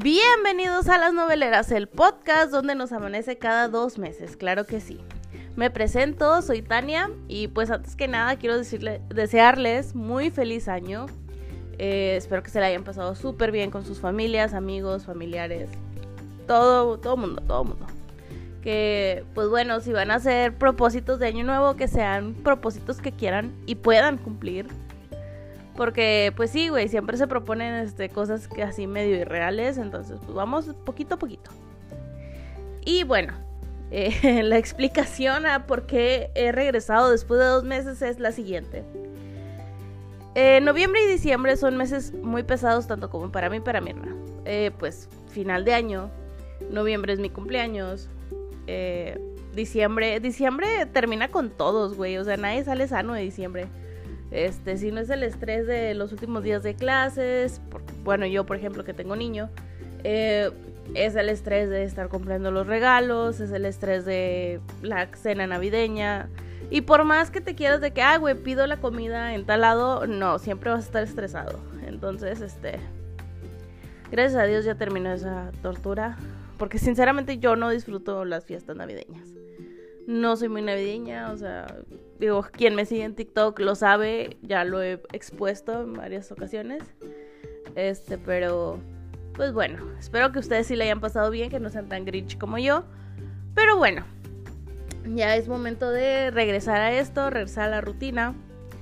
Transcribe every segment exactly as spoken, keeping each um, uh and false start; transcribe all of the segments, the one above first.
Bienvenidos a Las Noveleras, el podcast donde nos amanece cada dos meses, claro que sí. Me presento, soy Tania y pues antes que nada quiero decirle, desearles muy feliz año. Eh, espero que se la hayan pasado súper bien con sus familias, amigos, familiares, todo, todo mundo, todo mundo. Que pues bueno, si van a hacer propósitos de año nuevo, que sean propósitos que quieran y puedan cumplir. Porque pues sí, güey, siempre se proponen este, cosas que así medio irreales, entonces pues vamos poquito a poquito. Y bueno, eh, la explicación a por qué he regresado después de dos meses es la siguiente. Eh, noviembre y diciembre son meses muy pesados tanto como para mí y para mi hermana. Eh, pues final de año, noviembre es mi cumpleaños, eh, diciembre, diciembre termina con todos, güey, o sea, nadie sale sano de diciembre. Este, si no es el estrés de los últimos días de clases, por, bueno, yo por ejemplo que tengo niño, eh, es el estrés de estar comprando los regalos, es el estrés de la cena navideña, y por más que te quieras de que, ah, güey, pido la comida en tal lado, no, siempre vas a estar estresado. Entonces, este, gracias a Dios ya terminó esa tortura, porque sinceramente yo no disfruto las fiestas navideñas. No soy muy navideña, o sea, digo, quien me sigue en TikTok lo sabe, ya lo he expuesto en varias ocasiones. Este, pero, pues bueno, espero que ustedes sí le hayan pasado bien, que no sean tan grinch como yo. Pero bueno, ya es momento de regresar a esto, regresar a la rutina.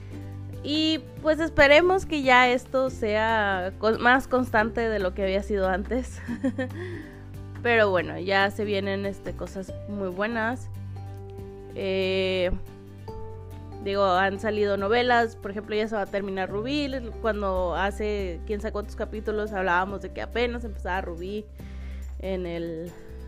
Y pues esperemos que ya esto sea más constante de lo que había sido antes. Pero bueno, ya se vienen este, cosas muy buenas. Eh, digo, han salido novelas, por ejemplo ya se va a terminar Rubí. Cuando hace quién sabe cuántos capítulos hablábamos de que apenas empezaba Rubí en el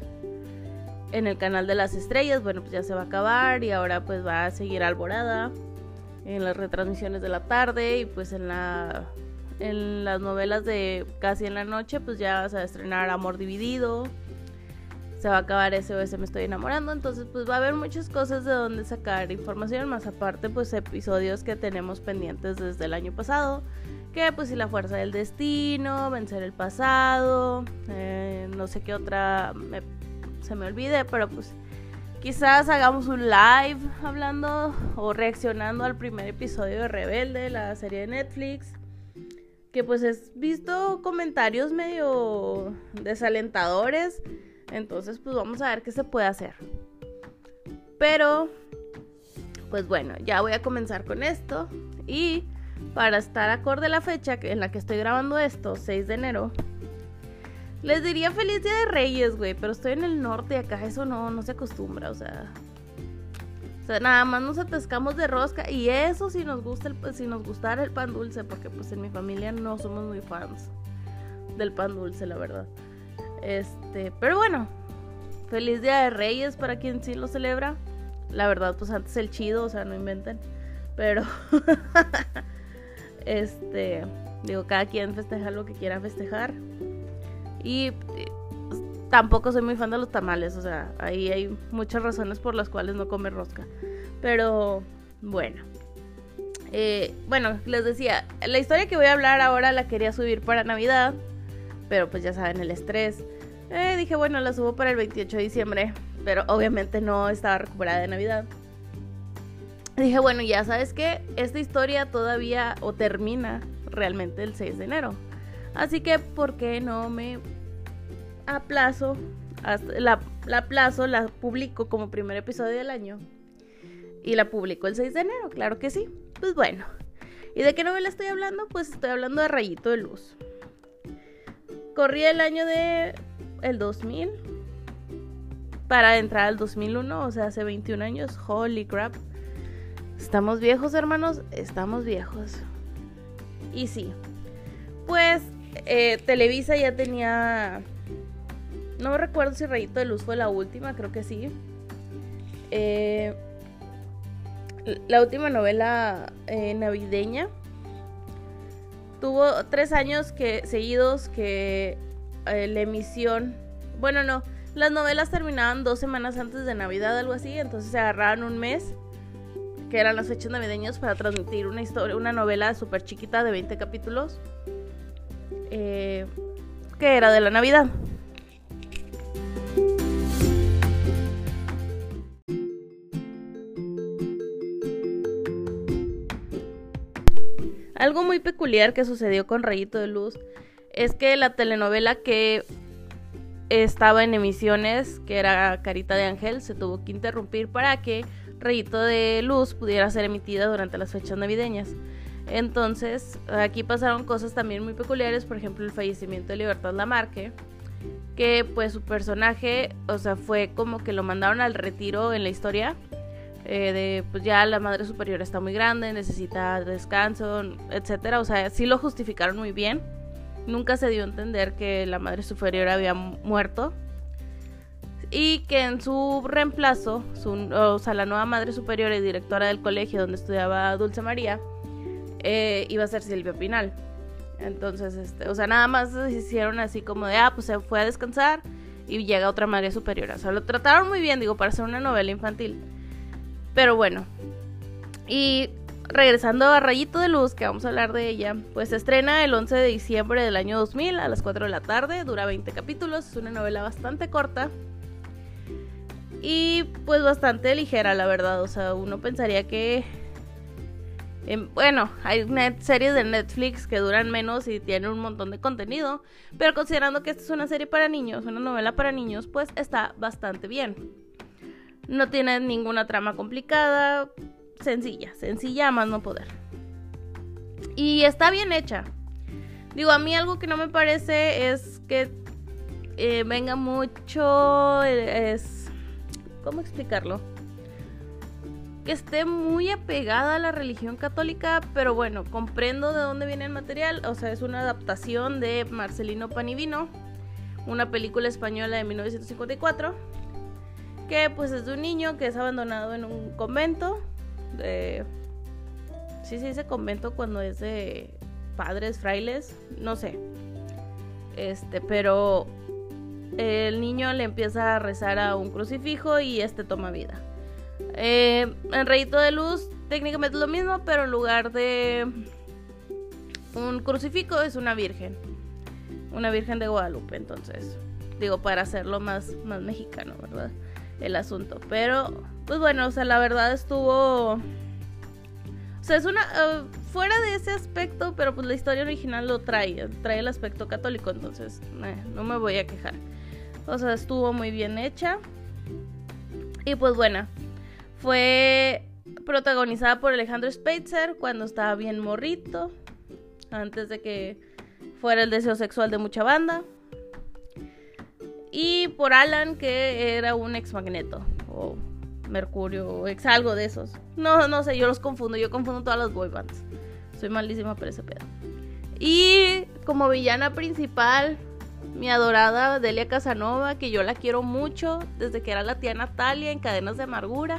en el canal de las estrellas. Bueno, pues ya se va a acabar y ahora pues va a seguir Alborada en las retransmisiones de la tarde, y pues en la en las novelas de casi en la noche pues ya se va a estrenar Amor Dividido. Se va a acabar S O S Me Estoy Enamorando. Entonces pues va a haber muchas cosas de donde sacar información. Más aparte pues episodios que tenemos pendientes desde el año pasado, que pues si La Fuerza del Destino, Vencer el Pasado, eh, no sé qué otra me, se me olvide. Pero pues quizás hagamos un live hablando o reaccionando al primer episodio de Rebelde, la serie de Netflix, que pues he visto comentarios medio desalentadores. Entonces pues vamos a ver qué se puede hacer. Pero pues bueno, ya voy a comenzar con esto. Y para estar acorde a la fecha en la que estoy grabando esto, seis de enero, les diría feliz Día de Reyes, güey, pero estoy en el norte y acá eso no, no se acostumbra, o sea, o sea, nada más nos atascamos de rosca. Y eso si nos gusta el, si nos gustara el pan dulce, porque pues en mi familia no somos muy fans del pan dulce, la verdad. Este, pero bueno, feliz Día de Reyes para quien sí lo celebra. La verdad, pues antes el chido, o sea, no inventen. Pero este, digo, cada quien festeja lo que quiera festejar. Y pues, tampoco soy muy fan de los tamales, o sea, ahí hay muchas razones por las cuales no comer rosca. Pero bueno, eh, bueno, les decía, la historia que voy a hablar ahora la quería subir para Navidad, pero pues ya saben, el estrés. Eh, dije, bueno, la subo para el veintiocho de diciembre, pero obviamente no estaba recuperada de Navidad. Dije, bueno, ya sabes que esta historia todavía o termina realmente el seis de enero. Así que, ¿por qué no me aplazo? Hasta la, la aplazo, la publico como primer episodio del año. Y la publico el seis de enero, claro que sí. Pues bueno. ¿Y de qué novela estoy hablando? Pues estoy hablando de Rayito de Luz. Corría el año de el dos mil para entrar al dos mil uno, o sea, hace veintiún años. Holy crap. Estamos viejos, hermanos, estamos viejos. Y sí, pues eh, Televisa ya tenía, no recuerdo si Rayito de Luz fue la última, creo que sí. Eh, la última novela eh, navideña. Tuvo tres años que, seguidos que eh, la emisión... Bueno, no. Las novelas terminaban dos semanas antes de Navidad, algo así. Entonces se agarraban un mes, que eran las fechas navideñas, para transmitir una historia, una novela súper chiquita de veinte capítulos. Eh, que era de la Navidad. Algo muy peculiar que sucedió con Rayito de Luz es que la telenovela que estaba en emisiones, que era Carita de Ángel, se tuvo que interrumpir para que Rayito de Luz pudiera ser emitida durante las fechas navideñas. Entonces, aquí pasaron cosas también muy peculiares, por ejemplo, el fallecimiento de Libertad Lamarque, que pues su personaje, o sea, fue como que lo mandaron al retiro en la historia, eh, de pues ya la Madre Superiora está muy grande, necesita descanso, etcétera. O sea, sí lo justificaron muy bien. Nunca se dio a entender que la Madre Superiora había muerto. Y que en su reemplazo, su, o sea, la nueva Madre Superiora y directora del colegio donde estudiaba Dulce María, eh, iba a ser Silvia Pinal. Entonces, este, o sea, nada más se hicieron así como de, ah, pues se fue a descansar y llega otra Madre Superiora. O sea, lo trataron muy bien, digo, para hacer una novela infantil. Pero bueno, y regresando a Rayito de Luz, que vamos a hablar de ella, pues se estrena el once de diciembre del año dos mil a las cuatro de la tarde, dura veinte capítulos, es una novela bastante corta y pues bastante ligera, la verdad. O sea, uno pensaría que, eh, bueno, hay net series de Netflix que duran menos y tienen un montón de contenido, pero considerando que esta es una serie para niños, una novela para niños, pues está bastante bien. No tiene ninguna trama complicada, sencilla, sencilla a más no poder. Y está bien hecha. Digo, a mí algo que no me parece es que eh, venga mucho, es, ¿cómo explicarlo? Que esté muy apegada a la religión católica, pero bueno, comprendo de dónde viene el material. O sea, es una adaptación de Marcelino Pan y Vino, una película española de mil novecientos cincuenta y cuatro, que pues es de un niño que es abandonado en un convento de... Sí se dice convento cuando es de padres, frailes, no sé. Este, pero el niño le empieza a rezar a un crucifijo y este toma vida. Eh, en Rayito de Luz técnicamente es lo mismo, pero en lugar de un crucifijo es una virgen. Una virgen de Guadalupe, entonces, digo, para hacerlo más, más mexicano, ¿verdad? El asunto, pero pues bueno, o sea, la verdad estuvo, o sea, es una uh, fuera de ese aspecto, pero pues la historia original lo trae, trae el aspecto católico, entonces eh, no me voy a quejar. O sea, estuvo muy bien hecha. Y pues bueno, fue protagonizada por Alejandro Spitzer cuando estaba bien morrito, antes de que fuera el deseo sexual de mucha banda. Y por Alan, que era un ex Magneto, o Mercurio, o ex algo de esos. No, no sé, yo los confundo, yo confundo todas las boy bands. Soy malísima por ese pedo. Y como villana principal, mi adorada Delia Casanova, que yo la quiero mucho, desde que era la tía Natalia en Cadenas de Amargura.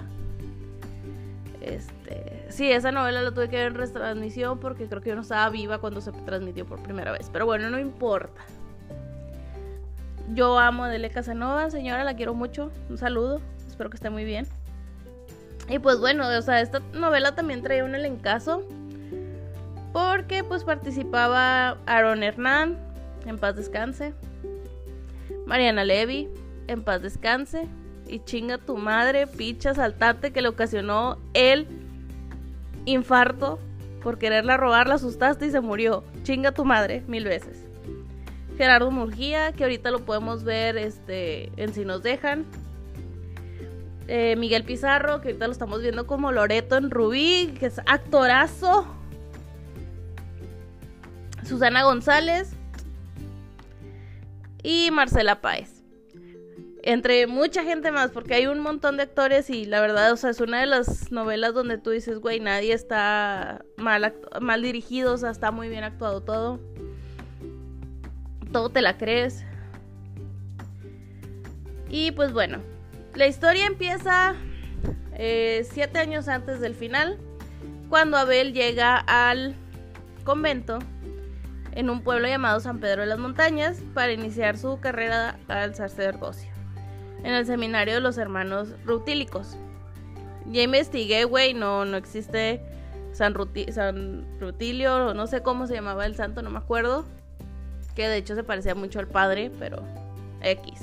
Este, sí, esa novela la tuve que ver en retransmisión porque creo que yo no estaba viva cuando se transmitió por primera vez. Pero bueno, no importa. Yo amo a Delia Casanova, señora, la quiero mucho. Un saludo, espero que esté muy bien. Y pues bueno, o sea, esta novela también traía un elencazo, porque pues participaba Aaron Hernán, en paz descanse, Mariana Levy, en paz descanse, y chinga tu madre, picha saltante, que le ocasionó el infarto por quererla robar, la asustaste y se murió. Chinga tu madre, mil veces. Gerardo Murguía, que ahorita lo podemos ver este, en Si Nos Dejan. Eh, Miguel Pizarro, que ahorita lo estamos viendo como Loreto en Rubí, que es actorazo. Susana González. Y Marcela Páez. Entre mucha gente más, porque hay un montón de actores y la verdad, o sea, es una de las novelas donde tú dices, güey, nadie está mal, mal dirigido, o sea, está muy bien actuado todo. Todo te la crees. Y pues bueno, la historia empieza eh, siete años antes del final, cuando Abel llega al convento en un pueblo llamado San Pedro de las Montañas para iniciar su carrera al sacerdocio en el seminario de los hermanos rutílicos. Ya investigué, güey, no, no existe San, Ruti- San Rutilio, no sé cómo se llamaba el santo, no me acuerdo. que de hecho se parecía mucho al padre, pero X.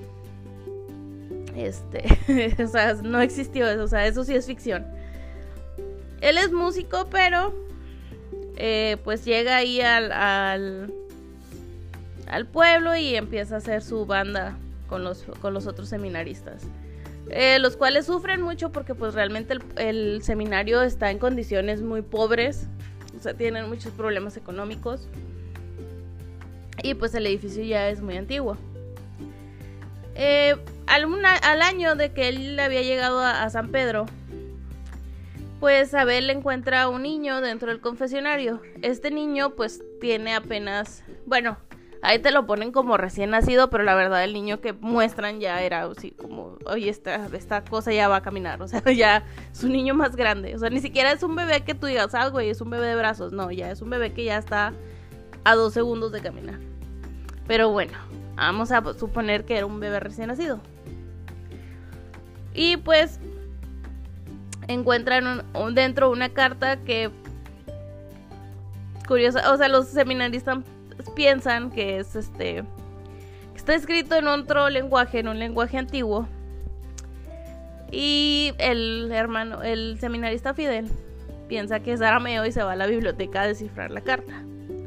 Este, o sea, no existió eso, o sea, eso sí es ficción. Él es músico, pero eh, pues llega ahí al, al, al pueblo y empieza a hacer su banda con los, con los otros seminaristas. Eh, los cuales sufren mucho porque pues realmente el, el seminario está en condiciones muy pobres, o sea, tienen muchos problemas económicos y pues el edificio ya es muy antiguo. Eh, al, una, al año de que él había llegado a, a San Pedro, pues Abel encuentra a un niño dentro del confesionario. Este niño pues tiene apenas, bueno, ahí te lo ponen como recién nacido, pero la verdad el niño que muestran ya era así como, oye, esta, esta cosa ya va a caminar, o sea, ya es un niño más grande, o sea, ni siquiera es un bebé que tú digas, ah, güey, es un bebé de brazos, no, ya es un bebé que ya está a dos segundos de caminar. Pero bueno, vamos a suponer que era un bebé recién nacido. Y pues encuentran un, un, dentro una carta que, curiosa, o sea, los seminaristas piensan que es este, que está escrito en otro lenguaje, en un lenguaje antiguo. Y el hermano, el seminarista Fidel, piensa que es arameo y se va a la biblioteca a descifrar la carta.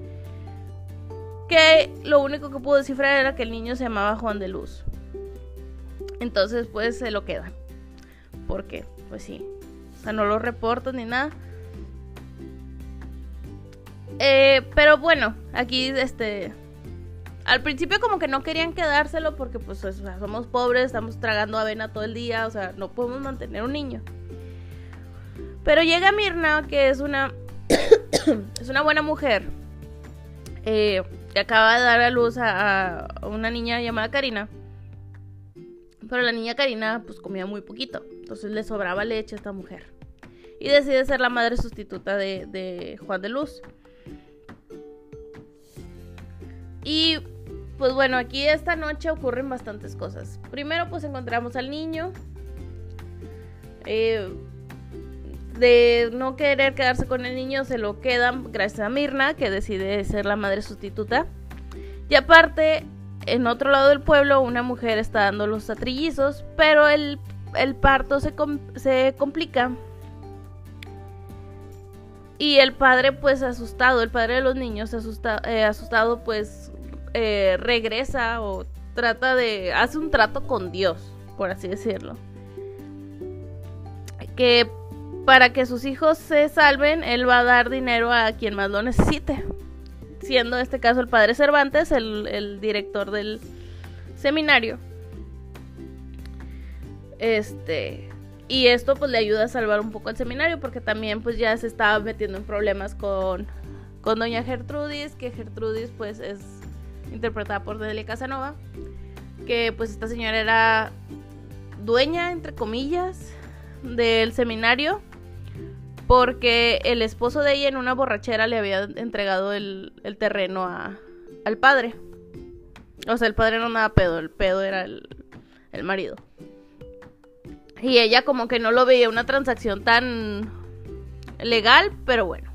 Que lo único que pudo descifrar era que el niño se llamaba Juan de Luz. Entonces pues se lo quedan. Porque, pues sí, o sea, no lo reportan ni nada. Eh, pero bueno, aquí este al principio como que no querían quedárselo porque pues o sea, somos pobres, estamos tragando avena todo el día, o sea, no podemos mantener un niño. Pero llega Mirna, que es una es una buena mujer, eh, que acaba de dar a luz a, a una niña llamada Karina. Pero la niña Karina pues comía muy poquito, entonces le sobraba leche a esta mujer. Y decide ser la madre sustituta de, de Juan de Luz. Y pues bueno, aquí esta noche ocurren bastantes cosas. Primero pues encontramos al niño. Eh, de no querer quedarse con el niño, se lo quedan gracias a Mirna, que decide ser la madre sustituta. Y aparte, en otro lado del pueblo, una mujer está dando los trillizos, pero el, el parto se, com- se complica. Y el padre pues asustado, el padre de los niños asusta, eh, asustado pues eh, regresa o trata de, hace un trato con Dios, por así decirlo. Que para que sus hijos se salven, él va a dar dinero a quien más lo necesite. Siendo en este caso el padre Cervantes, el, el director del seminario. Este... Y esto pues le ayuda a salvar un poco al seminario, porque también pues ya se estaba metiendo en problemas con, con doña Gertrudis, que Gertrudis pues es interpretada por Delia Casanova, que pues esta señora era dueña, entre comillas, del seminario, porque el esposo de ella en una borrachera le había entregado el, el terreno a, al padre. O sea, el padre no nada pedo, el pedo era el, el marido. Y ella como que no lo veía una transacción tan legal, pero bueno.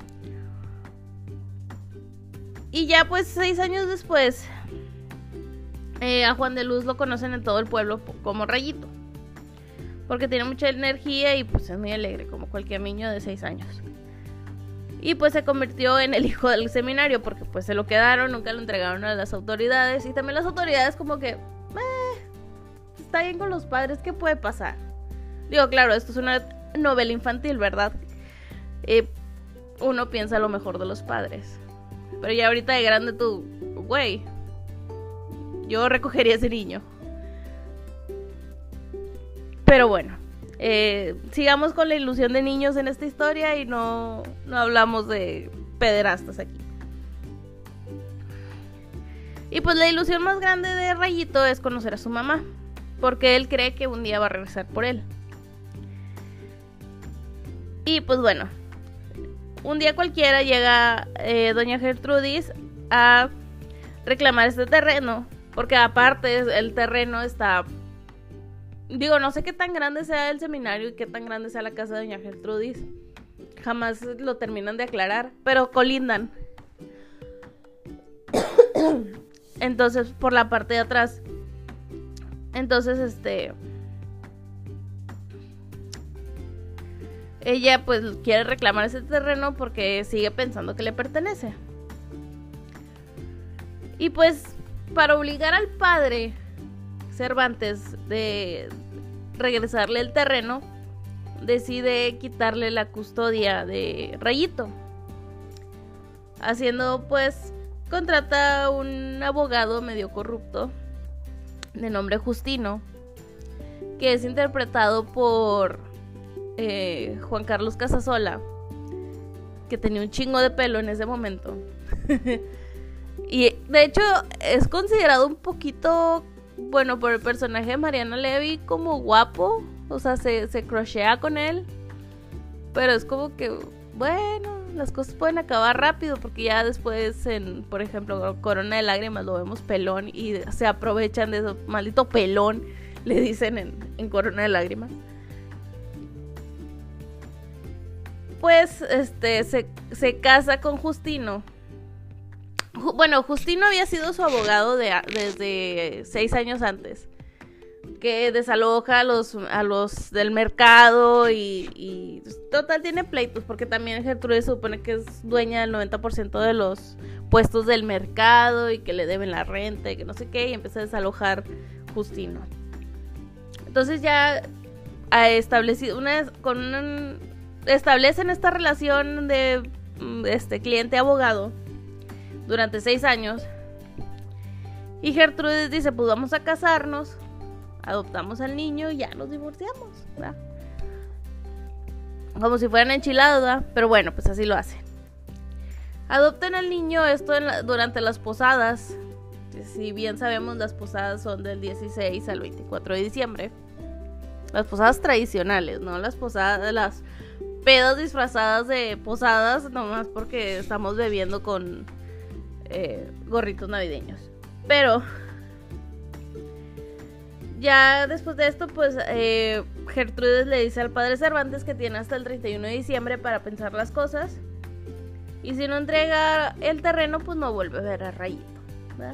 Y ya pues seis años después, eh, a Juan de Luz lo conocen en todo el pueblo como Rayito. Porque tiene mucha energía y pues es muy alegre, como cualquier niño de seis años. Y pues se convirtió en el hijo del seminario, porque pues se lo quedaron, nunca lo entregaron a las autoridades. Y también las autoridades como que... Eh, está bien con los padres, ¿qué puede pasar? Digo, claro, esto es una novela infantil, ¿verdad? Eh, uno piensa lo mejor de los padres. Pero ya ahorita de grande tú, güey, yo recogería a ese niño. Pero bueno, eh, sigamos con la ilusión de niños en esta historia y no, no hablamos de pederastas aquí. Y pues la ilusión más grande de Rayito es conocer a su mamá, porque él cree que un día va a regresar por él. Y pues bueno, un día cualquiera llega eh, doña Gertrudis a reclamar este terreno, porque aparte el terreno está... Digo, no sé qué tan grande sea el seminario y qué tan grande sea la casa de doña Gertrudis. Jamás lo terminan de aclarar, pero colindan. Entonces, por la parte de atrás. Entonces, este... ella pues quiere reclamar ese terreno porque sigue pensando que le pertenece. Y pues, para obligar al padre Cervantes de regresarle el terreno, decide quitarle la custodia de Rayito. Haciendo pues, contrata a un abogado medio corrupto de nombre Justino, que es interpretado por eh, Juan Carlos Casasola, que tenía un chingo de pelo en ese momento. Y de hecho es considerado un poquito, bueno, por el personaje de Mariana Levy, como guapo. O sea, se, se crochea con él. Pero es como que, bueno, las cosas pueden acabar rápido, porque ya después en, por ejemplo, Corona de Lágrimas lo vemos pelón y se aprovechan de eso. Maldito pelón, le dicen en, en Corona de Lágrimas. Pues, este, se, se casa con Justino. Bueno, Justino había sido su abogado de, desde seis años antes, que desaloja a los, a los del mercado y, y total tiene pleitos, porque también Gertrudis se supone que es dueña del noventa por ciento de los puestos del mercado y que le deben la renta y que no sé qué, y empieza a desalojar Justino. Entonces ya ha establecido una, con un, establecen esta relación de este cliente-abogado durante seis años. Y Gertrudis dice, pues vamos a casarnos, adoptamos al niño y ya nos divorciamos, ¿verdad? Como si fueran enchilados, ¿verdad? Pero bueno, pues así lo hacen. Adoptan al niño, esto en la, durante las posadas. Si bien sabemos, las posadas son del dieciséis al veinticuatro de diciembre. Las posadas tradicionales, ¿no? Las posadas, las pedas disfrazadas de posadas, nomás porque estamos bebiendo con eh, gorritos navideños. Pero ya después de esto, pues eh, Gertrudis le dice al padre Cervantes que tiene hasta el treinta y uno de diciembre para pensar las cosas. Y si no entrega el terreno, pues no vuelve a ver a Rayito, ¿verdad?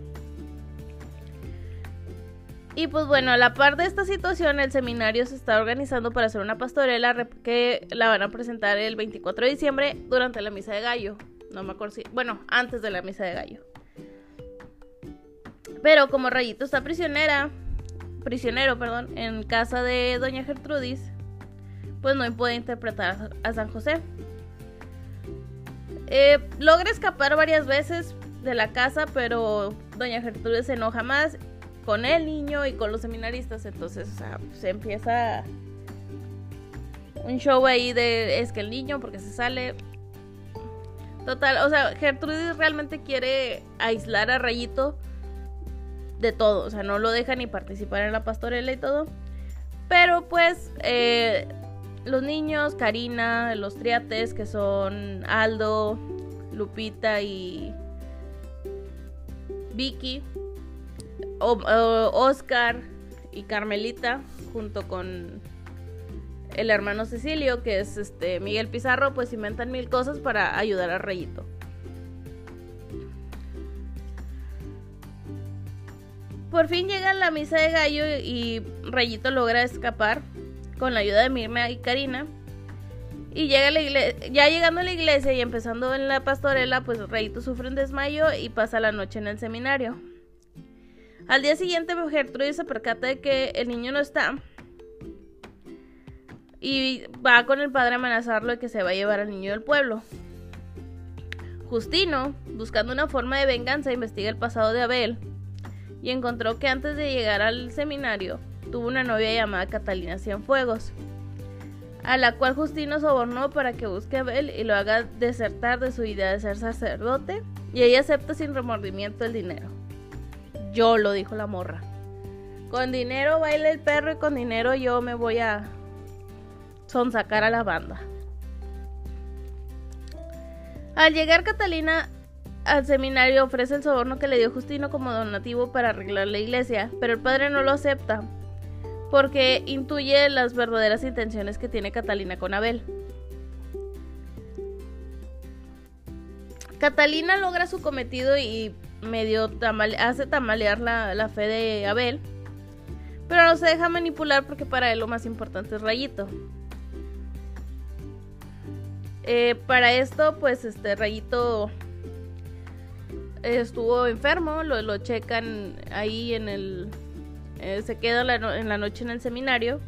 Y pues bueno, a la par de esta situación, el seminario se está organizando para hacer una pastorela que la van a presentar el veinticuatro de diciembre durante la misa de gallo. No me acuerdo si... Bueno, antes de la misa de gallo. Pero como Rayito está prisionera, prisionero, perdón, en casa de doña Gertrudis, pues no puede interpretar a San José. Eh, logra escapar varias veces de la casa, pero doña Gertrudis se enoja más con el niño y con los seminaristas. Entonces, o sea, se empieza un show ahí de es que el niño, porque se sale. Total, o sea, Gertrudis realmente quiere aislar a Rayito de todo, o sea, no lo deja ni participar en la pastorela y todo. Pero pues eh, los niños, Karina, los triates, que son Aldo, Lupita y Vicky, o, o, Oscar y Carmelita, junto con el hermano Cecilio, que es este Miguel Pizarro, pues inventan mil cosas para ayudar a Rayito. Por fin llega la misa de gallo y Rayito logra escapar con la ayuda de Mirna y Karina. Y llega a la iglesia, ya llegando a la iglesia y empezando en la pastorela, pues Rayito sufre un desmayo y pasa la noche en el seminario. Al día siguiente, Gertrudis se percata de que el niño no está y va con el padre a amenazarlo de que se va a llevar al niño del pueblo. Justino, buscando una forma de venganza, investiga el pasado de Abel y encontró que antes de llegar al seminario tuvo una novia llamada Catalina Cienfuegos, a la cual Justino sobornó para que busque a Abel y lo haga desertar de su idea de ser sacerdote, y ella acepta sin remordimiento el dinero. Yo lo dijo la morra. Con dinero baila el perro y con dinero yo me voy a sonsacar a la banda. Al llegar Catalina al seminario, ofrece el soborno que le dio Justino como donativo para arreglar la iglesia, pero el padre no lo acepta porque intuye las verdaderas intenciones que tiene Catalina con Abel. Catalina logra su cometido y medio tamale- hace tambalear la, la fe de Abel, pero no se deja manipular porque para él lo más importante es Rayito. Eh, para esto, pues este Rayito estuvo enfermo, lo, lo checan ahí en el... Eh, se queda la no- en la noche en el seminario,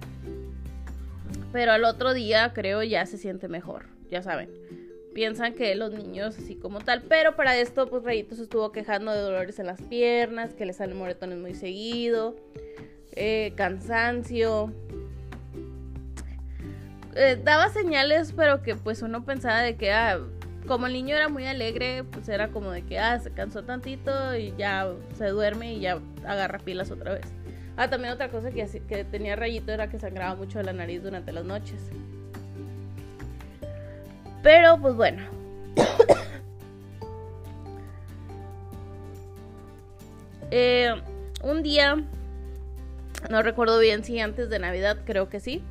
pero al otro día creo ya se siente mejor, ya saben. Piensan que los niños así como tal, pero para esto pues Rayito se estuvo quejando de dolores en las piernas, que le salen moretones muy seguido, eh, cansancio. Eh, daba señales, pero que pues uno pensaba de que ah, como el niño era muy alegre, pues era como de que ah, se cansó tantito y ya se duerme y ya agarra pilas otra vez. Ah, también otra cosa que, que tenía Rayito era que sangraba mucho de la nariz durante las noches. Pero pues bueno. eh, un día, no recuerdo bien si antes de Navidad, creo que sí.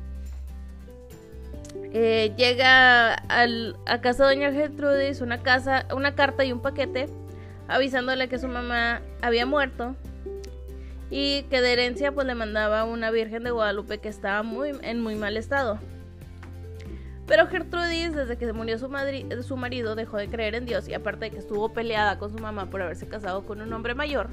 Eh, llega al, a casa de doña Gertrudis una, casa, una carta y un paquete avisándole que su mamá había muerto y que de herencia pues le mandaba una Virgen de Guadalupe que estaba muy, en muy mal estado. Pero Gertrudis, desde que se murió su, madri- su marido, dejó de creer en Dios, y aparte de que estuvo peleada con su mamá por haberse casado con un hombre mayor,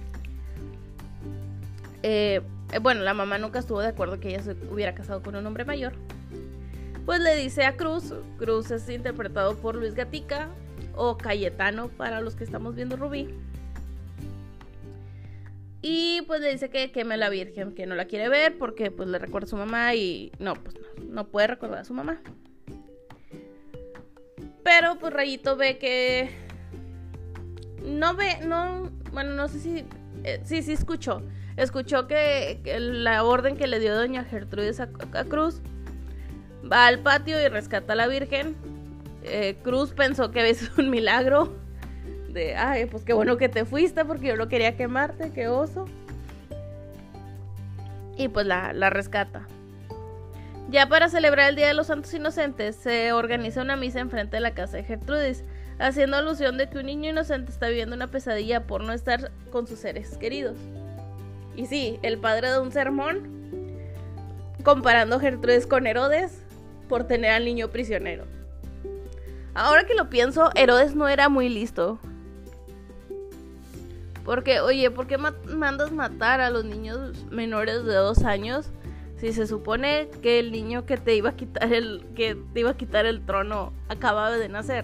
eh, eh, bueno, la mamá nunca estuvo de acuerdo que ella se hubiera casado con un hombre mayor. Pues le dice a Cruz, Cruz es interpretado por Luis Gatica, o Cayetano para los que estamos viendo Rubí. Y pues le dice que queme a la Virgen, que no la quiere ver porque pues le recuerda a su mamá y no, pues no, no puede recordar a su mamá. Pero pues Rayito ve que no ve, no, bueno, no sé si, eh, sí, sí escuchó, escuchó que, que la orden que le dio doña Gertrudis a, a Cruz. Va al patio y rescata a la Virgen. eh, Cruz pensó que había sido un milagro. De, ay, pues qué bueno que te fuiste porque yo no quería quemarte, qué oso. Y pues la, la rescata. Ya para celebrar el Día de los Santos Inocentes, se organiza una misa enfrente de la casa de Gertrudis, haciendo alusión de que un niño inocente está viviendo una pesadilla por no estar con sus seres queridos. Y sí, el padre da un sermón comparando a Gertrudis con Herodes por tener al niño prisionero. Ahora que lo pienso, Herodes no era muy listo. Porque, oye, ¿por qué ma- mandas matar a los niños menores de dos años si se supone que el niño que te iba a quitar el que te iba a quitar el trono acababa de nacer?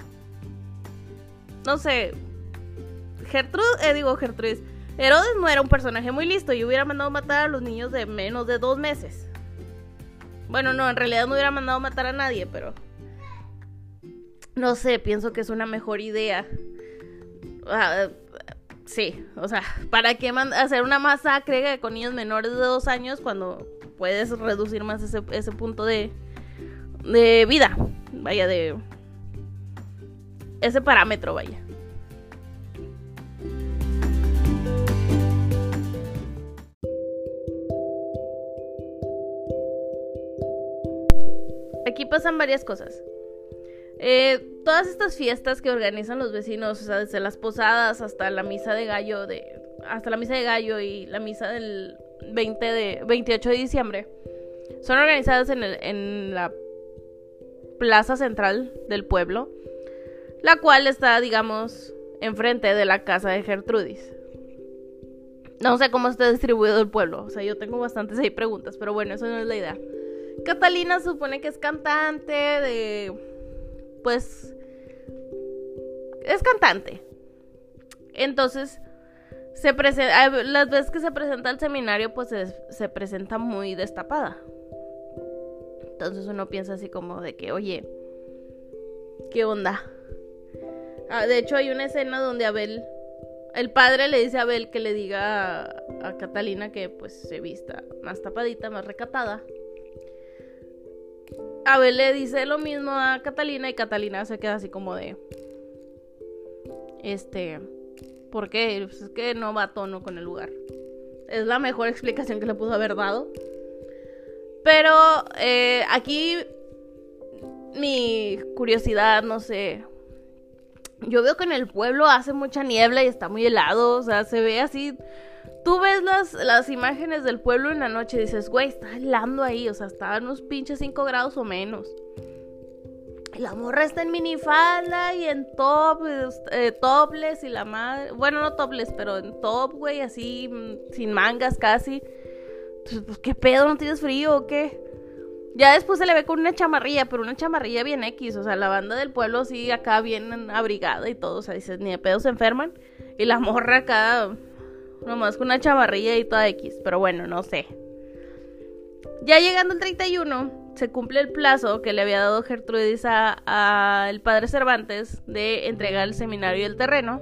No sé. Gertrudis, eh, digo Gertrudis. Herodes no era un personaje muy listo y hubiera mandado matar a los niños de menos de dos meses. Bueno, no, en realidad no hubiera mandado matar a nadie, pero no sé, pienso que es una mejor idea. Uh, sí, o sea, ¿para qué man- hacer una masacre con niños menores de dos años cuando puedes reducir más ese, ese punto de, de vida? Vaya, de ese parámetro, vaya. Aquí pasan varias cosas. Eh, todas estas fiestas que organizan los vecinos, o sea, desde las posadas hasta la misa de gallo, de, hasta la misa de gallo y la misa del veinte de, veintiocho de diciembre, son organizadas en, el, en la plaza central del pueblo, la cual está, digamos, enfrente de la casa de Gertrudis. No sé cómo está distribuido el pueblo, o sea, yo tengo bastantes ahí preguntas, pero bueno, eso no es la idea. Catalina se supone que es cantante de... pues... es cantante. Entonces, se presenta, las veces que se presenta al seminario, pues se, se presenta muy destapada. Entonces uno piensa así como de que, oye, ¿qué onda? Ah, de hecho hay una escena donde Abel, el padre le dice a Abel que le diga a, a Catalina que pues se vista más tapadita, más recatada. Abel le dice lo mismo a Catalina y Catalina se queda así como de... Este... ¿Por qué? Pues es que no va a tono con el lugar. Es la mejor explicación que le pudo haber dado. Pero eh, aquí mi curiosidad, no sé... yo veo que en el pueblo hace mucha niebla y está muy helado, o sea, se ve así. Tú ves las, las imágenes del pueblo en la noche y dices, güey, está helando ahí, o sea, está unos pinches cinco grados o menos. Y la morra está en minifalda y en top, eh, topless y la madre, bueno, no topless, pero en top, güey, así, sin mangas casi. Entonces, pues, ¿qué pedo? ¿No tienes frío o qué? Ya después se le ve con una chamarrilla, pero una chamarrilla bien X, o sea, la banda del pueblo sí acá bien abrigada y todo, o sea, dices, ni de pedo se enferman. Y la morra acá, nomás con una chamarrilla y toda X, pero bueno, no sé. Ya llegando el treinta y uno, se cumple el plazo que le había dado Gertrudis a, a el padre Cervantes de entregar el seminario y el terreno.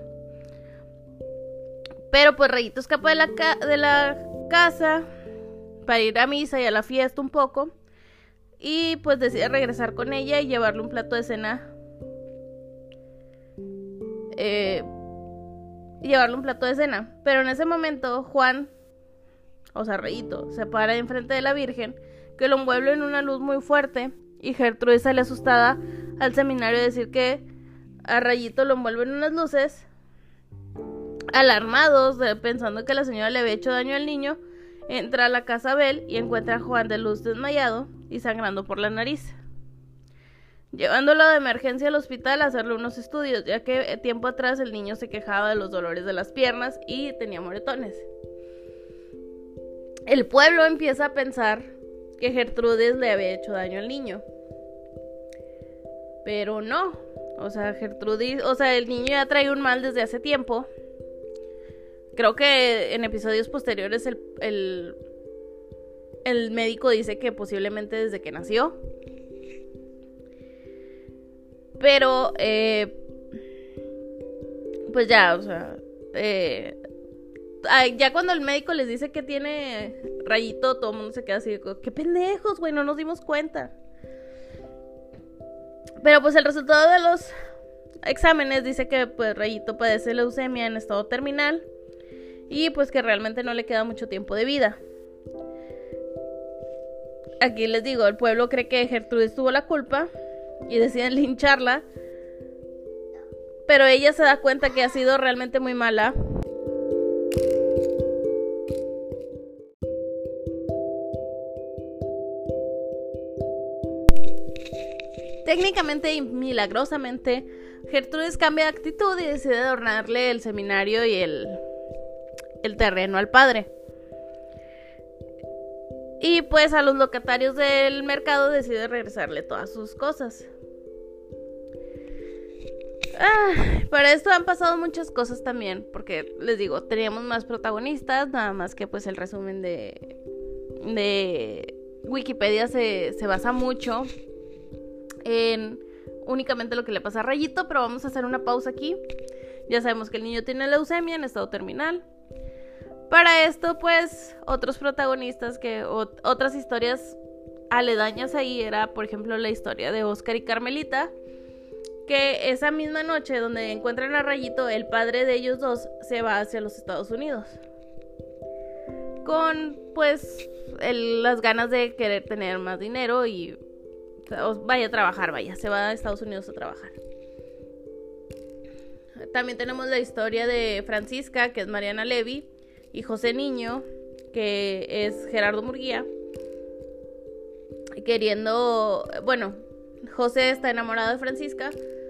Pero pues Rayito escapa de la, ca- de la casa para ir a misa y a la fiesta un poco. Y pues decide regresar con ella y llevarle un plato de cena. Eh, llevarle un plato de cena. Pero en ese momento Juan, o sea Rayito, se para enfrente de la Virgen, que lo envuelve en una luz muy fuerte, y Gertrudis sale asustada al seminario a decir que a Rayito lo envuelven en unas luces. Alarmados, pensando que la señora le había hecho daño al niño, entra a la casa Abel y encuentra a Juan de Luz desmayado y sangrando por la nariz, llevándolo de emergencia al hospital a hacerle unos estudios, ya que tiempo atrás el niño se quejaba de los dolores de las piernas y tenía moretones. El pueblo empieza a pensar que Gertrudis le había hecho daño al niño, pero no, o sea, Gertrudis, o sea, el niño ya trae un mal desde hace tiempo. Creo que en episodios posteriores el, el, el médico dice que posiblemente desde que nació. Pero, eh, pues ya, o sea, eh, ya cuando el médico les dice que tiene Rayito, todo el mundo se queda así, qué pendejos, güey, no nos dimos cuenta. Pero pues el resultado de los exámenes dice que pues Rayito padece leucemia en estado terminal y pues que realmente no le queda mucho tiempo de vida. Aquí les digo, el pueblo cree que Gertrudis tuvo la culpa y deciden lincharla, pero ella se da cuenta que ha sido realmente muy mala. Técnicamente y milagrosamente, Gertrudis cambia de actitud y decide adornarle el seminario y el, el terreno al padre. Y pues a los locatarios del mercado decide regresarle todas sus cosas. Ah, para esto han pasado muchas cosas también, porque les digo, teníamos más protagonistas, nada más que pues el resumen de, de Wikipedia se, se basa mucho en únicamente lo que le pasa a Rayito, pero vamos a hacer una pausa aquí. Ya sabemos que el niño tiene leucemia en estado terminal. Para esto, pues, otros protagonistas que o, otras historias aledañas ahí era, por ejemplo, la historia de Oscar y Carmelita, que esa misma noche donde encuentran a Rayito, el padre de ellos dos se va hacia los Estados Unidos con, pues, el, las ganas de querer tener más dinero y vaya a trabajar, vaya, se va a Estados Unidos a trabajar. También tenemos la historia de Francisca, que es Mariana Levy, y José Niño, que es Gerardo Murguía, queriendo, bueno, José está enamorado de Francisca.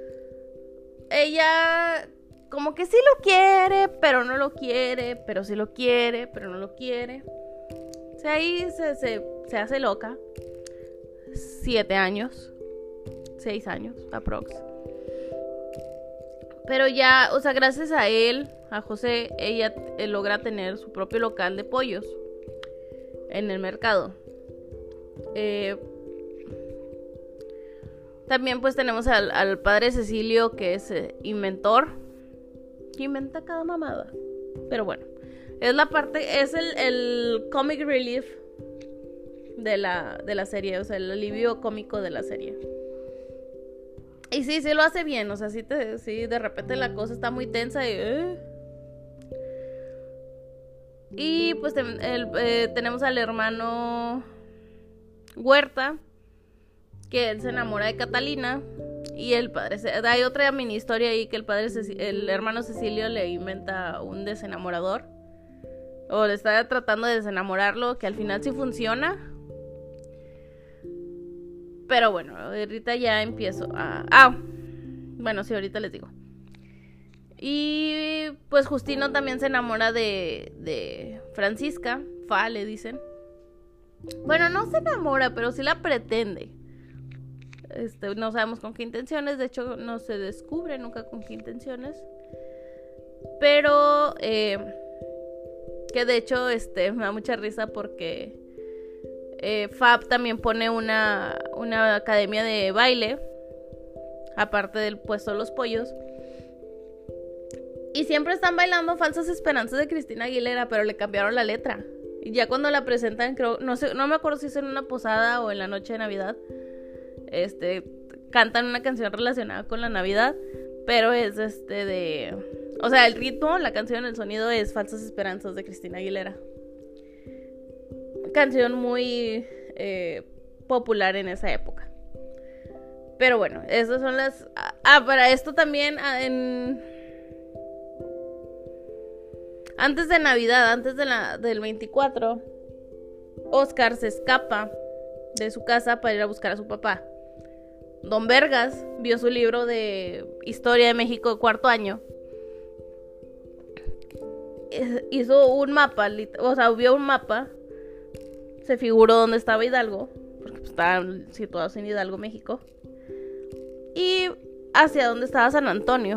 Ella como que sí lo quiere, pero no lo quiere, pero sí lo quiere, pero no lo quiere. O sea, ahí se, se, se hace loca. Siete años, seis años, aprox. Pero ya, o sea, gracias a él, a José, ella eh, logra tener su propio local de pollos en el mercado. Eh, también pues tenemos al, al padre Cecilio, que es eh, inventor, que inventa cada mamada. Pero bueno, es la parte, es el, el comic relief de la, de la serie, o sea, el alivio cómico de la serie. Y sí, sí lo hace bien, o sea, sí, te, sí de repente la cosa está muy tensa y... Eh. Y pues te, el, eh, tenemos al hermano Huerta, que él se enamora de Catalina Y el padre, hay otra mini historia ahí que el padre, el hermano Cecilio le inventa un desenamorador. O le está tratando de desenamorarlo, que al final sí funciona. Pero bueno, ahorita ya empiezo a... Ah, bueno, sí, ahorita les digo. Y pues Justino también se enamora de, de Francisca, Fa le dicen. Bueno, no se enamora, pero sí la pretende. Este, no sabemos con qué intenciones, de hecho no se descubre nunca con qué intenciones. Pero... Eh, que de hecho este, me da mucha risa porque eh, Fab también pone una, una academia de baile, aparte del puesto de los pollos. Y siempre están bailando Falsas Esperanzas de Cristina Aguilera, pero le cambiaron la letra. Y ya cuando la presentan, creo, no sé, no me acuerdo si es en una posada o en la noche de Navidad, este, cantan una canción relacionada con la Navidad, pero es este de... O sea, el ritmo, la canción, el sonido es Falsas Esperanzas de Cristina Aguilera. Canción muy eh, popular en esa época. Pero bueno, esas son las... Ah, para esto también en... Antes de Navidad, antes de la, del veinticuatro, Oscar se escapa de su casa para ir a buscar a su papá. Don Vergas vio su libro de Historia de México de cuarto año. Hizo un mapa, o sea, vio un mapa, se figuró dónde estaba Hidalgo, porque pues, estaban situados en Hidalgo, México, y hacia dónde estaba San Antonio.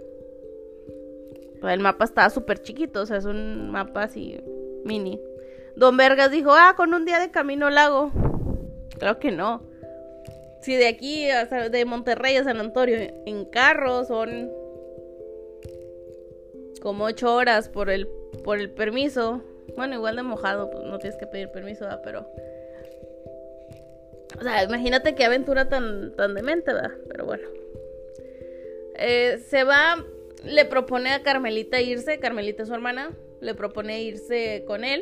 El mapa estaba súper chiquito, o sea, es un mapa así mini. Don Vergas dijo, ah, con un día de camino al lago. Claro que no. Si de aquí, o sea, de Monterrey a San Antonio en carro son como ocho horas por el, por el permiso. Bueno, igual de mojado, pues no tienes que pedir permiso, ¿verdad? Pero... O sea, imagínate qué aventura tan, tan demente, ¿verdad? Pero bueno. Eh, se va... Le propone a Carmelita irse. Carmelita es su hermana. Le propone irse con él.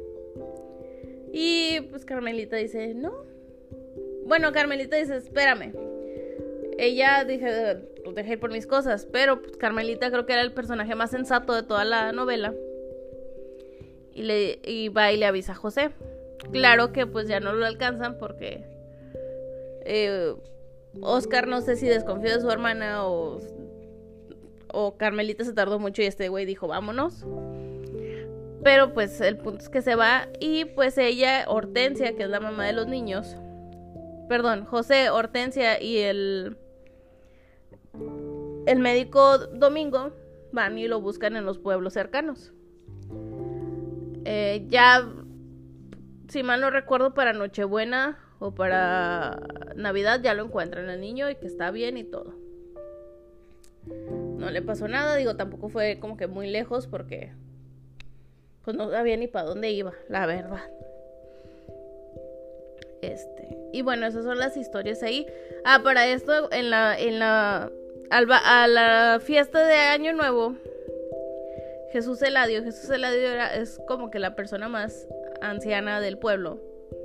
Y pues Carmelita dice, no. Bueno, Carmelita dice, espérame. Ella dije, pues deja ir por mis cosas. Pero pues, Carmelita creo que era el personaje más sensato de toda la novela. Y, le, y va y le avisa a José. Claro que pues ya no lo alcanzan porque eh, Oscar no sé si desconfió de su hermana o, o Carmelita se tardó mucho y este güey dijo vámonos. Pero pues el punto es que se va y pues ella, Hortensia, que es la mamá de los niños, perdón, José, Hortensia y el el médico Domingo van y lo buscan en los pueblos cercanos. Eh, ya, si mal no recuerdo, para Nochebuena o para Navidad ya lo encuentran al niño y que está bien y todo. No le pasó nada, digo, tampoco fue como que muy lejos porque pues no sabía ni para dónde iba, la verdad. Este, y bueno, esas son las historias ahí. Ah, para esto, en la, en la, alba, a la fiesta de Año Nuevo, Jesús Eladio, Jesús Eladio era, es como que la persona más anciana del pueblo.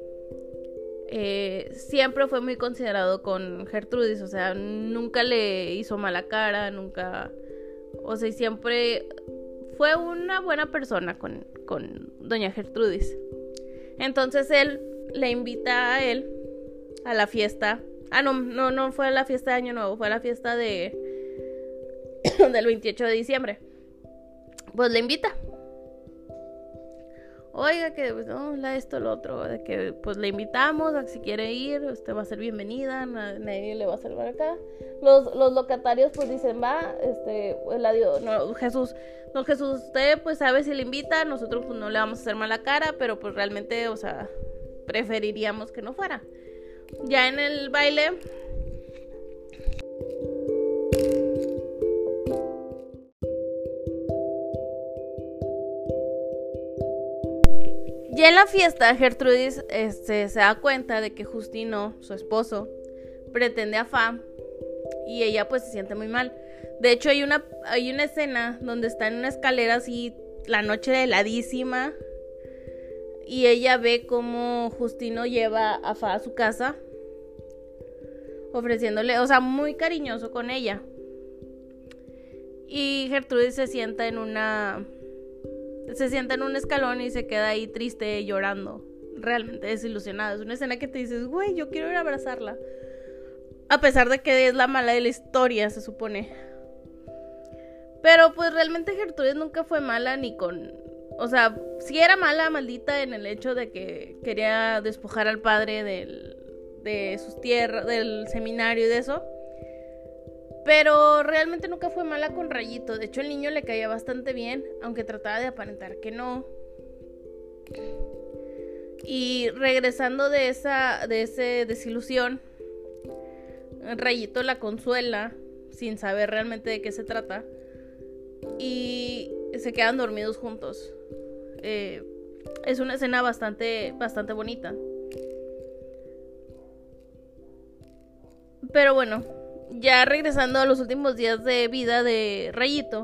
Eh, siempre fue muy considerado con Gertrudis, o sea, nunca le hizo mala cara, nunca, o sea, siempre fue una buena persona con, con doña Gertrudis. Entonces él le invita a él a la fiesta. Ah, no, no, no fue a la fiesta de Año Nuevo, fue a la fiesta de del veintiocho de diciembre. Pues le invita. Oiga, que no, la esto, lo otro, de que pues le invitamos a que si quiere ir, usted va a ser bienvenida, nadie le va a salvar acá. Los, los locatarios pues dicen, va, este, Eladio, no, Jesús, no, Jesús, usted pues sabe si le invita, nosotros pues no le vamos a hacer mala cara, pero pues realmente, o sea, preferiríamos que no fuera. Ya en el baile... Ya en la fiesta, Gertrudis este, se da cuenta de que Justino, su esposo, pretende a Fa y ella pues se siente muy mal. De hecho hay una, hay una escena donde está en una escalera así, la noche heladísima, y ella ve cómo Justino lleva a Fa a su casa. ofreciéndole, o sea, muy cariñoso con ella. Y Gertrudis se sienta en una se sienta en un escalón y se queda ahí triste, llorando, realmente desilusionada. Es una escena que te dices, güey, yo quiero ir a abrazarla, a pesar de que es la mala de la historia, se supone. Pero pues realmente Gertrudis nunca fue mala ni con... O sea, sí era mala, maldita en el hecho de que quería despojar al padre del, de sus tierras, del seminario y de eso. Pero realmente nunca fue mala con Rayito. De hecho, el niño le caía bastante bien, aunque trataba de aparentar que no. Y regresando de esa, de esa desilusión, Rayito la consuela, sin saber realmente de qué se trata. Y se quedan dormidos juntos. Eh, es una escena bastante, bastante bonita. Pero bueno, ya regresando a los últimos días de vida de Rayito,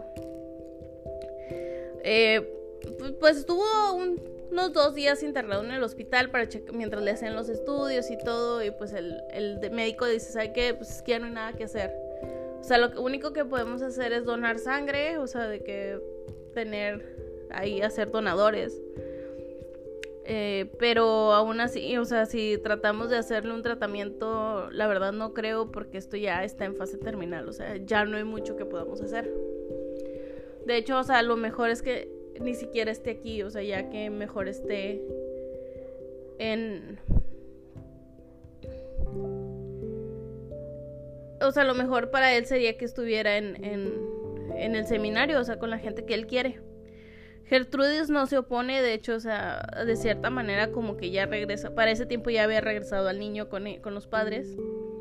eh, pues estuvo un, unos dos días internado en el hospital para checar, mientras le hacían los estudios y todo. Y pues el, el médico dice, ¿sabe qué? Pues es que ya no hay nada que hacer. O sea, lo único que podemos hacer es donar sangre, o sea, de que tener ahí, hacer donadores. Eh, pero aún así, o sea, si tratamos de hacerle un tratamiento, la verdad no creo, porque esto ya está en fase terminal, o sea, ya no hay mucho que podamos hacer. De hecho, o sea, lo mejor es que ni siquiera esté aquí, o sea, ya que mejor esté en... O sea, lo mejor para él sería que estuviera en, en, en el seminario, o sea, con la gente que él quiere. Gertrudis no se opone, de hecho, o sea, de cierta manera como que ya regresa, para ese tiempo ya había regresado al niño con, con los padres.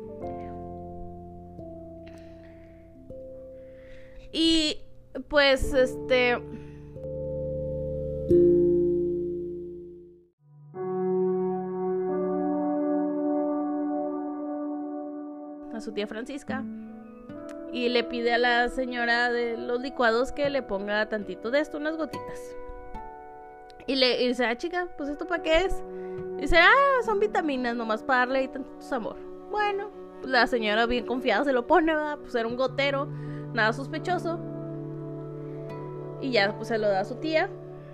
Y pues, este... a su tía Francisca y le pide a la señora de los licuados que le ponga tantito de esto, unas gotitas. Y le y dice, ah, chica, pues esto para qué es. Y dice, ah, son vitaminas, nomás para darle ahí tanto sabor. Bueno, pues la señora bien confiada se lo pone, ¿verdad? Pues era un gotero, nada sospechoso. Y ya, pues se lo da a su tía.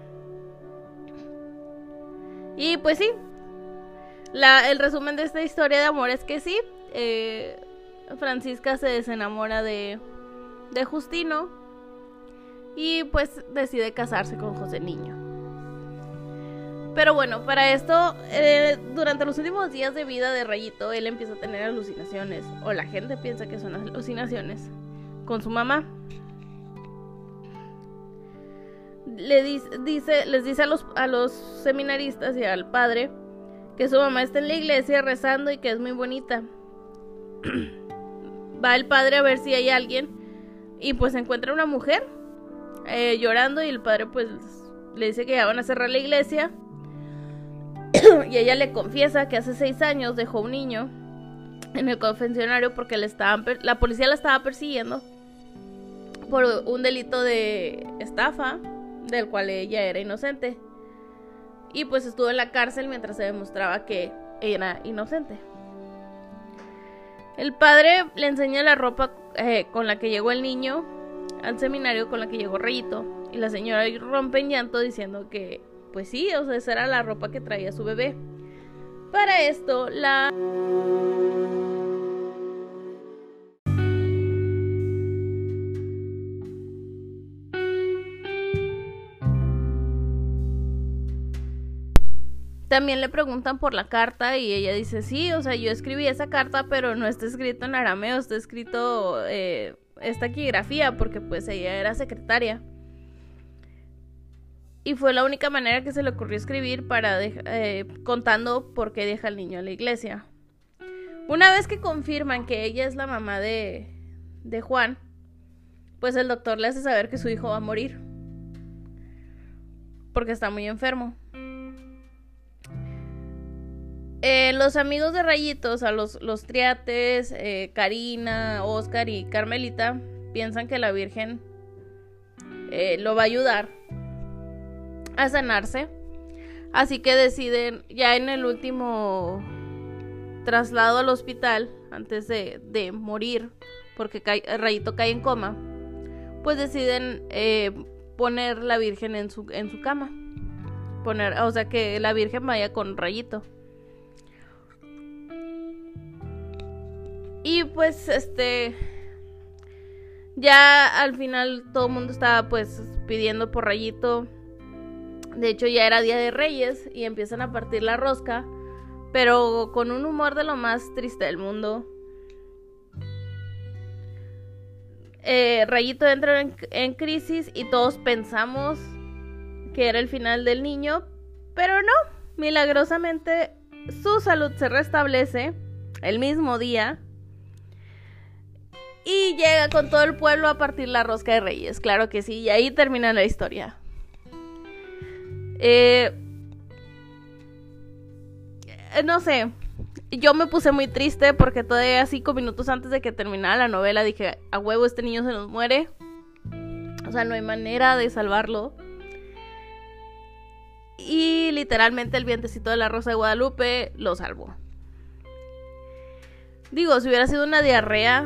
Y pues sí, la, el resumen de esta historia de amor es que sí, eh, Francisca se desenamora de, de Justino y pues decide casarse con José Niño. Pero bueno, para esto, eh, durante los últimos días de vida de Rayito, él empieza a tener alucinaciones, o la gente piensa que son alucinaciones, con su mamá. Le dice, dice, les dice a los, a los seminaristas y al padre que su mamá está en la iglesia rezando y que es muy bonita. Va el padre a ver si hay alguien y pues encuentra una mujer eh, llorando, y el padre pues le dice que ya van a cerrar la iglesia. Y ella le confiesa que hace seis años dejó un niño en el confesionario porque le estaban, la policía la estaba persiguiendo por un delito de estafa del cual ella era inocente, y pues estuvo en la cárcel mientras se demostraba que era inocente. El padre le enseña la ropa eh, con la que llegó el niño al seminario, con la que llegó Rayito, y la señora rompe en llanto diciendo que pues sí, o sea, esa era la ropa que traía su bebé. Para esto, la... También le preguntan por la carta y ella dice, sí, o sea, yo escribí esa carta, pero no está escrito en arameo, está escrito eh, esta taquigrafía, porque pues ella era secretaria. Y fue la única manera que se le ocurrió escribir para deja, eh, contando por qué deja al niño en la iglesia. Una vez que confirman que ella es la mamá de, de Juan, pues el doctor le hace saber que su hijo va a morir, porque está muy enfermo. Eh, los amigos de Rayito, o sea, los, los Triates, eh, Karina, Oscar y Carmelita, piensan que la Virgen eh, lo va a ayudar a sanarse. Así que deciden, ya en el último traslado al hospital, antes de, de morir, porque cae, Rayito cae en coma, pues deciden eh, poner la Virgen en su, en su cama. Poner, o sea, que la Virgen vaya con Rayito. Y pues, este... ya al final todo el mundo estaba pues pidiendo por Rayito. De hecho ya era Día de Reyes y empiezan a partir la rosca, pero con un humor de lo más triste del mundo. Eh, Rayito entra en, en crisis y todos pensamos que era el final del niño, pero no, milagrosamente su salud se restablece el mismo día y llega con todo el pueblo a partir la rosca de Reyes, claro que sí, y ahí termina la historia. Eh, no sé, yo me puse muy triste porque todavía cinco minutos antes de que terminara la novela dije, a huevo, este niño se nos muere. O sea, no hay manera de salvarlo. Y literalmente el vientecito de la Rosa de Guadalupe lo salvó. Digo, si hubiera sido una diarrea,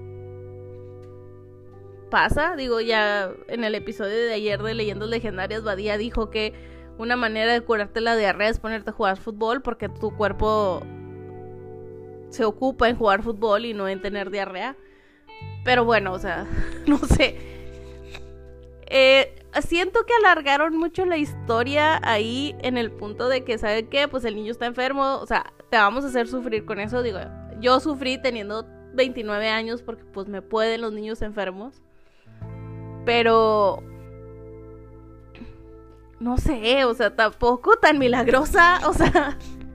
pasa. Digo, ya en el episodio de ayer de Leyendas Legendarias, Badía dijo que una manera de curarte la diarrea es ponerte a jugar fútbol, porque tu cuerpo se ocupa en jugar fútbol y no en tener diarrea. Pero bueno, o sea, no sé. Eh, siento que alargaron mucho la historia ahí en el punto de que, ¿saben qué? Pues el niño está enfermo, o sea, te vamos a hacer sufrir con eso. Digo, yo sufrí teniendo veintinueve años porque pues me pueden los niños enfermos. Pero no sé, o sea, tampoco tan milagrosa, o sea...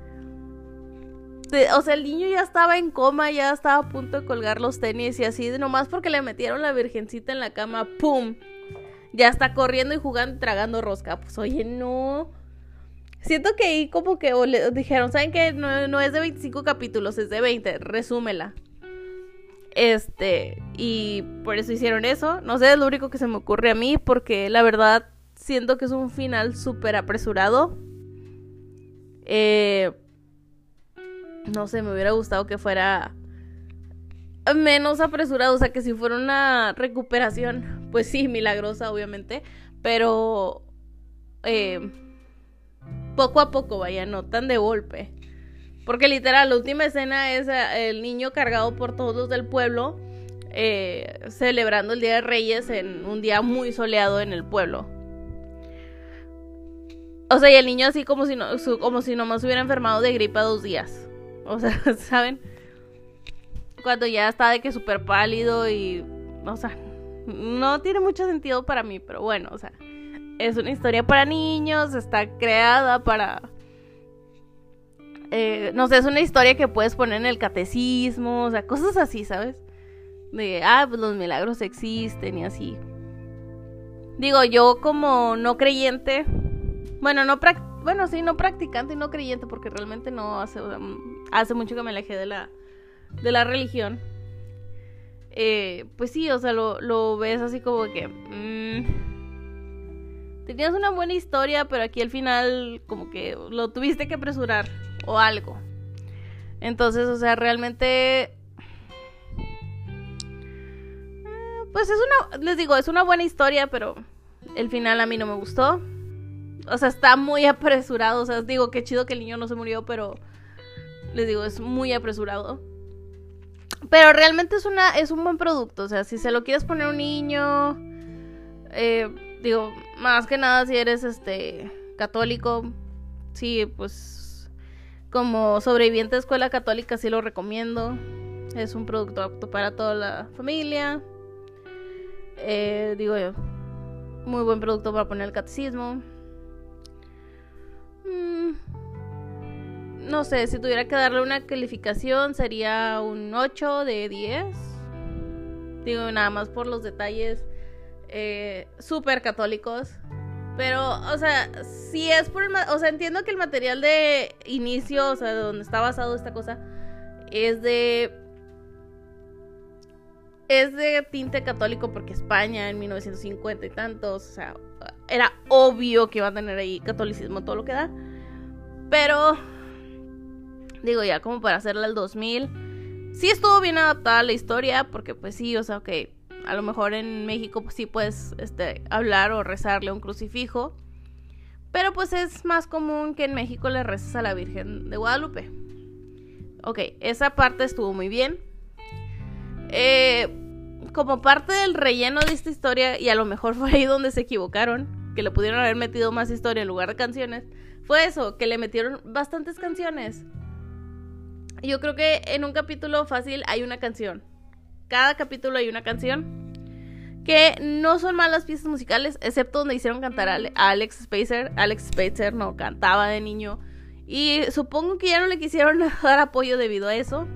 O sea, el niño ya estaba en coma, ya estaba a punto de colgar los tenis y así, nomás porque le metieron la virgencita en la cama, ¡pum! Ya está corriendo y jugando y tragando rosca. Pues oye, no. Siento que ahí como que le dijeron, ¿saben qué? No, no es de veinticinco capítulos, es de veinte, resúmela. Este, y por eso hicieron eso. No sé, es lo único que se me ocurre a mí, porque la verdad siento que es un final súper apresurado. Eh... No sé, me hubiera gustado que fuera menos apresurado, o sea, que si fuera una recuperación, pues sí, milagrosa, obviamente, pero eh, poco a poco, vaya, no tan de golpe. Porque literal, la última escena es el niño cargado por todos los del pueblo, eh, celebrando el Día de Reyes en un día muy soleado en el pueblo. O sea, y el niño así como si, no, como si nomás hubiera enfermado de gripa dos días. O sea, ¿saben? Cuando ya está de que súper pálido y... O sea, no tiene mucho sentido para mí, pero bueno, o sea, es una historia para niños, está creada para... Eh, no sé, es una historia que puedes poner en el catecismo, o sea, cosas así, ¿sabes? De, ah, pues los milagros existen y así. Digo, yo como no creyente... Bueno, no practico. Bueno, sí, no practicante y no creyente, porque realmente no hace, hace mucho que me alejé de la, de la religión. Eh, pues sí, o sea, lo, lo ves así como que... Mmm, tenías una buena historia, pero aquí al final como que lo tuviste que apresurar o algo. Entonces, o sea, realmente... Eh, pues es una... Les digo, es una buena historia, pero el final a mí no me gustó. O sea, está muy apresurado. O sea, digo, qué chido que el niño no se murió, pero les digo, es muy apresurado. Pero realmente es una es un buen producto. O sea, si se lo quieres poner a un niño, eh, digo, más que nada si eres este católico, sí, pues como sobreviviente de escuela católica sí lo recomiendo. Es un producto apto para toda la familia. Eh, digo yo, muy buen producto para poner el catecismo. No sé, si tuviera que darle una calificación sería un ocho de diez. Digo, nada más por los detalles eh, súper católicos. Pero, o sea, si es por el... O sea, entiendo que el material de inicio, o sea, de donde está basado esta cosa, es de... Es de tinte católico porque España en mil novecientos cincuenta y tantos, o sea, era obvio que iba a tener ahí catolicismo, todo lo que da. Pero... Digo, ya como para hacerla al dos mil, Sí estuvo bien adaptada la historia, porque pues sí, o sea, ok, a lo mejor en México pues sí puedes este, hablar o rezarle a un crucifijo, pero pues es más común que en México le reces a la Virgen de Guadalupe. Ok, esa parte estuvo muy bien. Eh, como parte del relleno de esta historia, y a lo mejor fue ahí donde se equivocaron, que le pudieron haber metido más historia en lugar de canciones, fue eso, que le metieron bastantes canciones. Yo creo que en un capítulo fácil hay una canción. Cada capítulo hay una canción. Que no son malas piezas musicales, excepto donde hicieron cantar a Alex Spacer. Alex Spacer no cantaba de niño. Y supongo que ya no le quisieron dar apoyo debido a eso.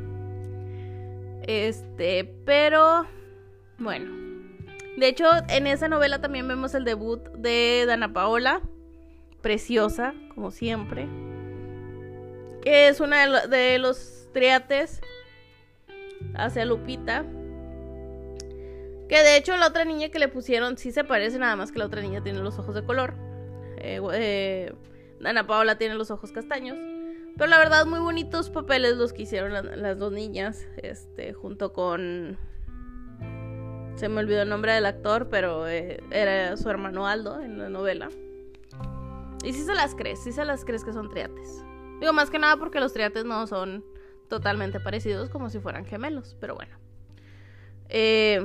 Este, pero bueno. De hecho, en esa novela también vemos el debut de Dana Paola. Preciosa, como siempre. Que es una de, lo, de los triates hacia Lupita. Que de hecho la otra niña que le pusieron sí se parece, nada más que la otra niña tiene los ojos de color. Eh, eh, Dana Paola tiene los ojos castaños. Pero la verdad, muy bonitos papeles los que hicieron la, las dos niñas. Este, junto con... Se me olvidó el nombre del actor, pero eh, era su hermano Aldo en la novela. Y sí se las crees, sí se las crees que son triates. Digo, más que nada porque los triates no son totalmente parecidos, como si fueran gemelos, pero bueno. Eh...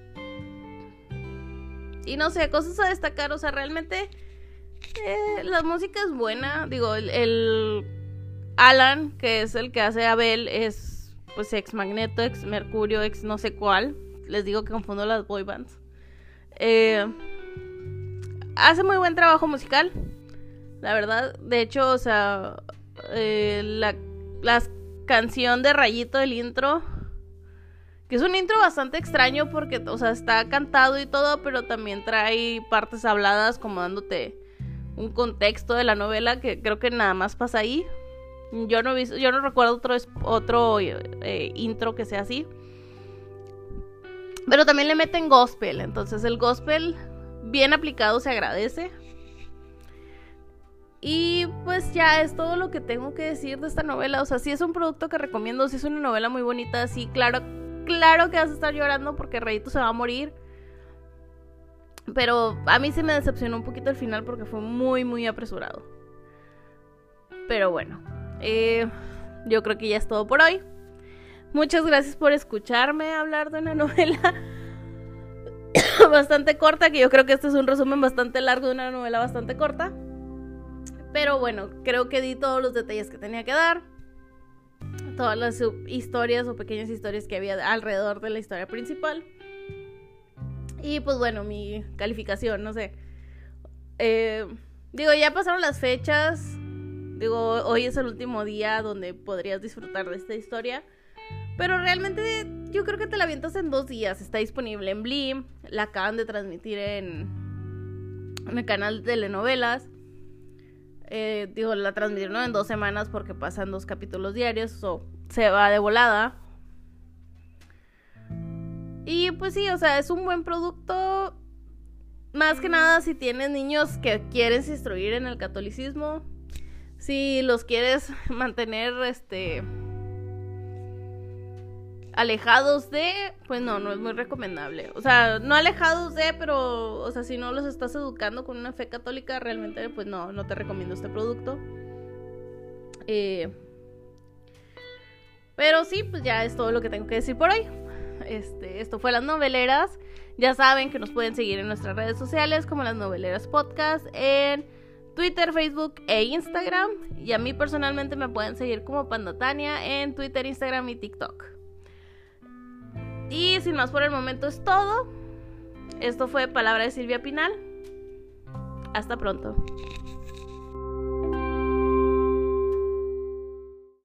Y no sé, cosas a destacar, o sea, realmente eh, la música es buena. Digo, el, el Alan, que es el que hace a Abel, es pues ex Magneto, ex Mercurio, ex no sé cuál. Les digo que confundo las boy bands. Eh, hace muy buen trabajo musical, la verdad. De hecho, o sea, eh, la, la canción de Rayito del intro, que es un intro bastante extraño porque, o sea, está cantado y todo, pero también trae partes habladas como dándote un contexto de la novela que creo que nada más pasa ahí. Yo no he visto, yo no recuerdo otro, otro eh, intro que sea así. Pero también le meten gospel, entonces el gospel bien aplicado se agradece. Y pues ya es todo lo que tengo que decir de esta novela. O sea, sí es un producto que recomiendo, sí es una novela muy bonita, sí, claro, claro que vas a estar llorando porque Rayito se va a morir. Pero a mí sí me decepcionó un poquito el final porque fue muy, muy apresurado. Pero bueno, eh, yo creo que ya es todo por hoy. Muchas gracias por escucharme hablar de una novela bastante corta, que yo creo que este es un resumen bastante largo de una novela bastante corta. Pero bueno, creo que di todos los detalles que tenía que dar. Todas las historias o pequeñas historias que había alrededor de la historia principal. Y pues bueno, mi calificación, no sé. Eh, digo, ya pasaron las fechas. Digo, hoy es el último día donde podrías disfrutar de esta historia. Pero realmente yo creo que te la avientas en dos días. Está disponible en Blim. La acaban de transmitir en, en el canal de telenovelas. Eh, digo, la transmitieron en dos semanas porque pasan dos capítulos diarios. So, se va de volada. Y pues sí, o sea, es un buen producto. Más que nada si tienes niños que quieres instruir en el catolicismo. Si los quieres mantener, este... alejados de, pues no, no es muy recomendable. O sea, no alejados de, pero, o sea, si no los estás educando con una fe católica, realmente, pues no, no te recomiendo este producto. Eh, pero sí, pues ya es todo lo que tengo que decir por hoy. Este, esto fue Las Noveleras. Ya saben que nos pueden seguir en nuestras redes sociales como Las Noveleras Podcast, en Twitter, Facebook e Instagram. Y a mí personalmente me pueden seguir como Pandatania en Twitter, Instagram y TikTok. Y sin más por el momento es todo. Esto fue Palabra de Silvia Pinal. Hasta pronto.